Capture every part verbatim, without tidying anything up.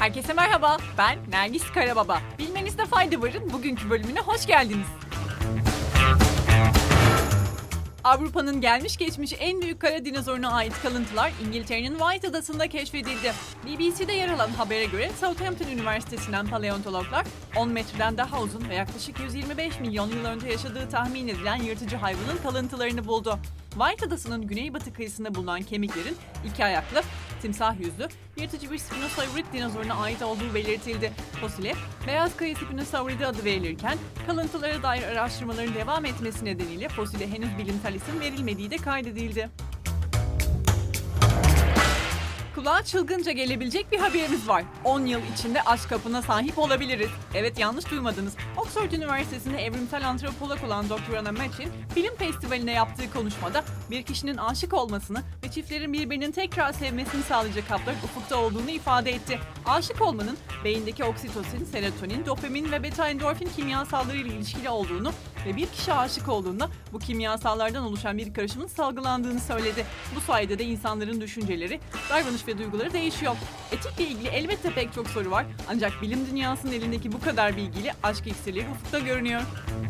Herkese merhaba, ben Nergis Karababa. Bilmenizde fayda varın bugünkü bölümüne hoş geldiniz. Avrupa'nın gelmiş geçmiş en büyük kara dinozoruna ait kalıntılar İngiltere'nin White Adası'nda keşfedildi. B B C'de yer alan habere göre Southampton Üniversitesi'nden paleontologlar on metreden daha uzun ve yaklaşık yüz yirmi beş milyon yıl önce yaşadığı tahmin edilen yırtıcı hayvanın kalıntılarını buldu. White Adası'nın güneybatı kıyısında bulunan kemiklerin iki ayaklı, timsah yüzlü, yırtıcı bir Spinosaurid dinozoruna ait olduğu belirtildi. Fosile, beyaz kaya Spinosaurid adı verilirken, kalıntılara dair araştırmaların devam etmesi nedeniyle fosile henüz bilimsel isim verilmediği de kaydedildi. Kulağa çılgınca gelebilecek bir haberimiz var. on yıl içinde aşk kapına sahip olabiliriz. Evet, yanlış duymadınız. Oxford Üniversitesi'nde evrimsel antropolog olan doktor Anna Machin, bilim festivalinde yaptığı konuşmada bir kişinin aşık olmasını ve çiftlerin birbirini tekrar sevmesini sağlayacak hapların ufukta olduğunu ifade etti. Aşık olmanın beyindeki oksitosin, serotonin, dopamin ve beta endorfin kimyasalları ile ilişkili olduğunu ve bir kişi aşık olduğunda bu kimyasallardan oluşan bir karışımın salgılandığını söyledi. Bu sayede de insanların düşünceleri, davranış ve duyguları değişiyor. Etikle ilgili elbette pek çok soru var, ancak bilim dünyasının elindeki bu kadar bilgiyle aşk iksirleri ufukta görünüyor.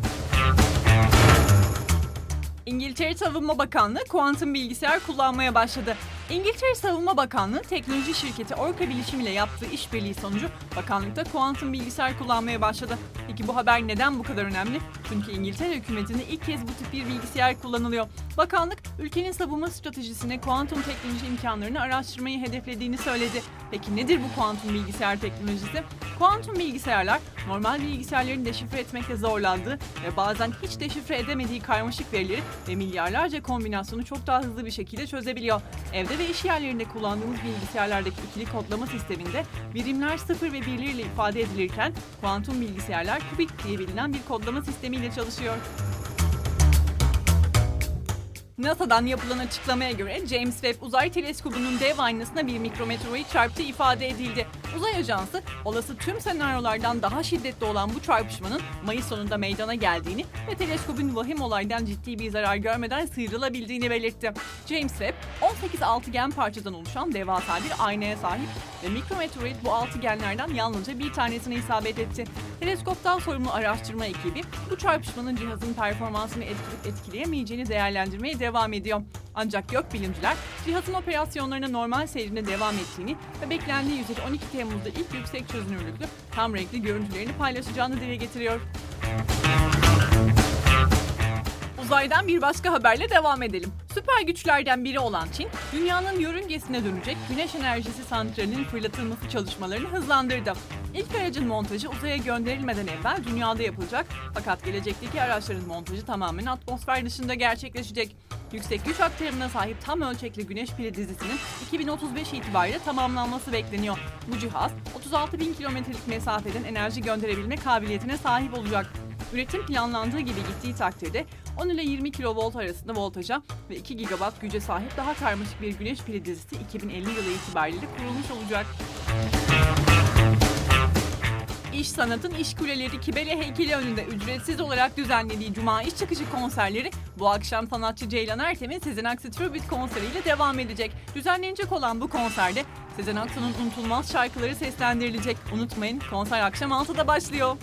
İngiltere Savunma Bakanlığı kuantum bilgisayar kullanmaya başladı. İngiltere Savunma Bakanlığı teknoloji şirketi Orca Bilişim ile yaptığı işbirliği sonucu bakanlıkta kuantum bilgisayar kullanmaya başladı. Peki bu haber neden bu kadar önemli? Çünkü İngiltere hükümetinde ilk kez bu tip bir bilgisayar kullanılıyor. Bakanlık, ülkenin savunma stratejisine kuantum teknoloji imkanlarını araştırmayı hedeflediğini söyledi. Peki nedir bu kuantum bilgisayar teknolojisi? Kuantum bilgisayarlar, normal bilgisayarların deşifre etmekte zorlandığı ve bazen hiç deşifre edemediği karmaşık verileri ve milyarlarca kombinasyonu çok daha hızlı bir şekilde çözebiliyor. Evde ve iş yerlerinde kullandığımız bilgisayarlardaki ikili kodlama sisteminde birimler sıfır ve birler ile ifade edilirken kuantum bilgisayarlar kubit diye bilinen bir kodlama sistemiyle çalışıyor. NASA'dan yapılan açıklamaya göre James Webb Uzay Teleskobu'nun dev aynasına bir mikrometeoroid çarptığı ifade edildi. Uzay Ajansı, olası tüm senaryolardan daha şiddetli olan bu çarpışmanın Mayıs sonunda meydana geldiğini ve teleskobun vahim olaydan ciddi bir zarar görmeden sıyrılabildiğini belirtti. James Webb, on sekiz altıgen parçadan oluşan devasa bir aynaya sahip ve mikrometeoroid bu altıgenlerden yalnızca bir tanesine isabet etti. Teleskoptan sorumlu araştırma ekibi, bu çarpışmanın cihazın performansını etkileyip etkileyemeyeceğini değerlendirmeye devam ediyor. Ancak gökbilimciler cihazın operasyonlarına normal seyrine devam ettiğini ve beklendiği üzere on iki Temmuz'da ilk yüksek çözünürlüklü tam renkli görüntülerini paylaşacağını dile getiriyor. Uzaydan bir başka haberle devam edelim. Süper güçlerden biri olan Çin, dünyanın yörüngesine dönecek güneş enerjisi santralinin fırlatılması çalışmalarını hızlandırdı. İlk aracın montajı uzaya gönderilmeden evvel dünyada yapılacak, fakat gelecekteki araçların montajı tamamen atmosfer dışında gerçekleşecek. Yüksek güç aktarımına sahip tam ölçekli güneş pili dizisinin iki bin otuz beş itibariyle tamamlanması bekleniyor. Bu cihaz otuz altı bin kilometrelik mesafeden enerji gönderebilme kabiliyetine sahip olacak. Üretim planlandığı gibi gittiği takdirde on ile yirmi kilovolt arasında voltaja ve iki gigawatt güce sahip daha karmaşık bir güneş pili dizisi iki bin elli yılı itibariyle kurulmuş olacak. İş Sanat'ın İş Kuleleri Kibele heykeli önünde ücretsiz olarak düzenlediği Cuma iş çıkışı konserleri bu akşam sanatçı Ceylan Ertem'in Sezen Aksu Tribute konseriyle devam edecek. Düzenlenecek olan bu konserde Sezen Aksu'nun unutulmaz şarkıları seslendirilecek. Unutmayın, konser akşam altıda başlıyor.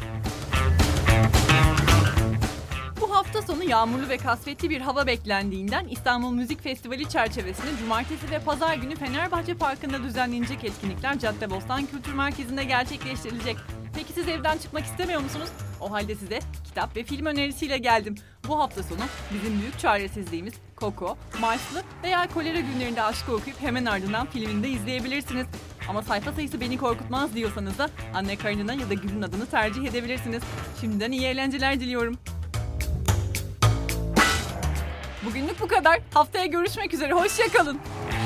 Bu hafta sonu yağmurlu ve kasvetli bir hava beklendiğinden İstanbul Müzik Festivali çerçevesinde cumartesi ve pazar günü Fenerbahçe Parkı'nda düzenlenecek etkinlikler Caddebostan Kültür Merkezi'nde gerçekleştirilecek. Peki siz evden çıkmak istemiyor musunuz? O halde size kitap ve film önerisiyle geldim. Bu hafta sonu bizim büyük çaresizliğimiz Koko, Marslı veya Kolera günlerinde aşkı okuyup hemen ardından filmini de izleyebilirsiniz. Ama sayfa sayısı beni korkutmaz diyorsanız da Anne Karenina ya da Gül'ün adını tercih edebilirsiniz. Şimdiden iyi eğlenceler diliyorum. Bugünlük bu kadar. Haftaya görüşmek üzere. Hoşça kalın.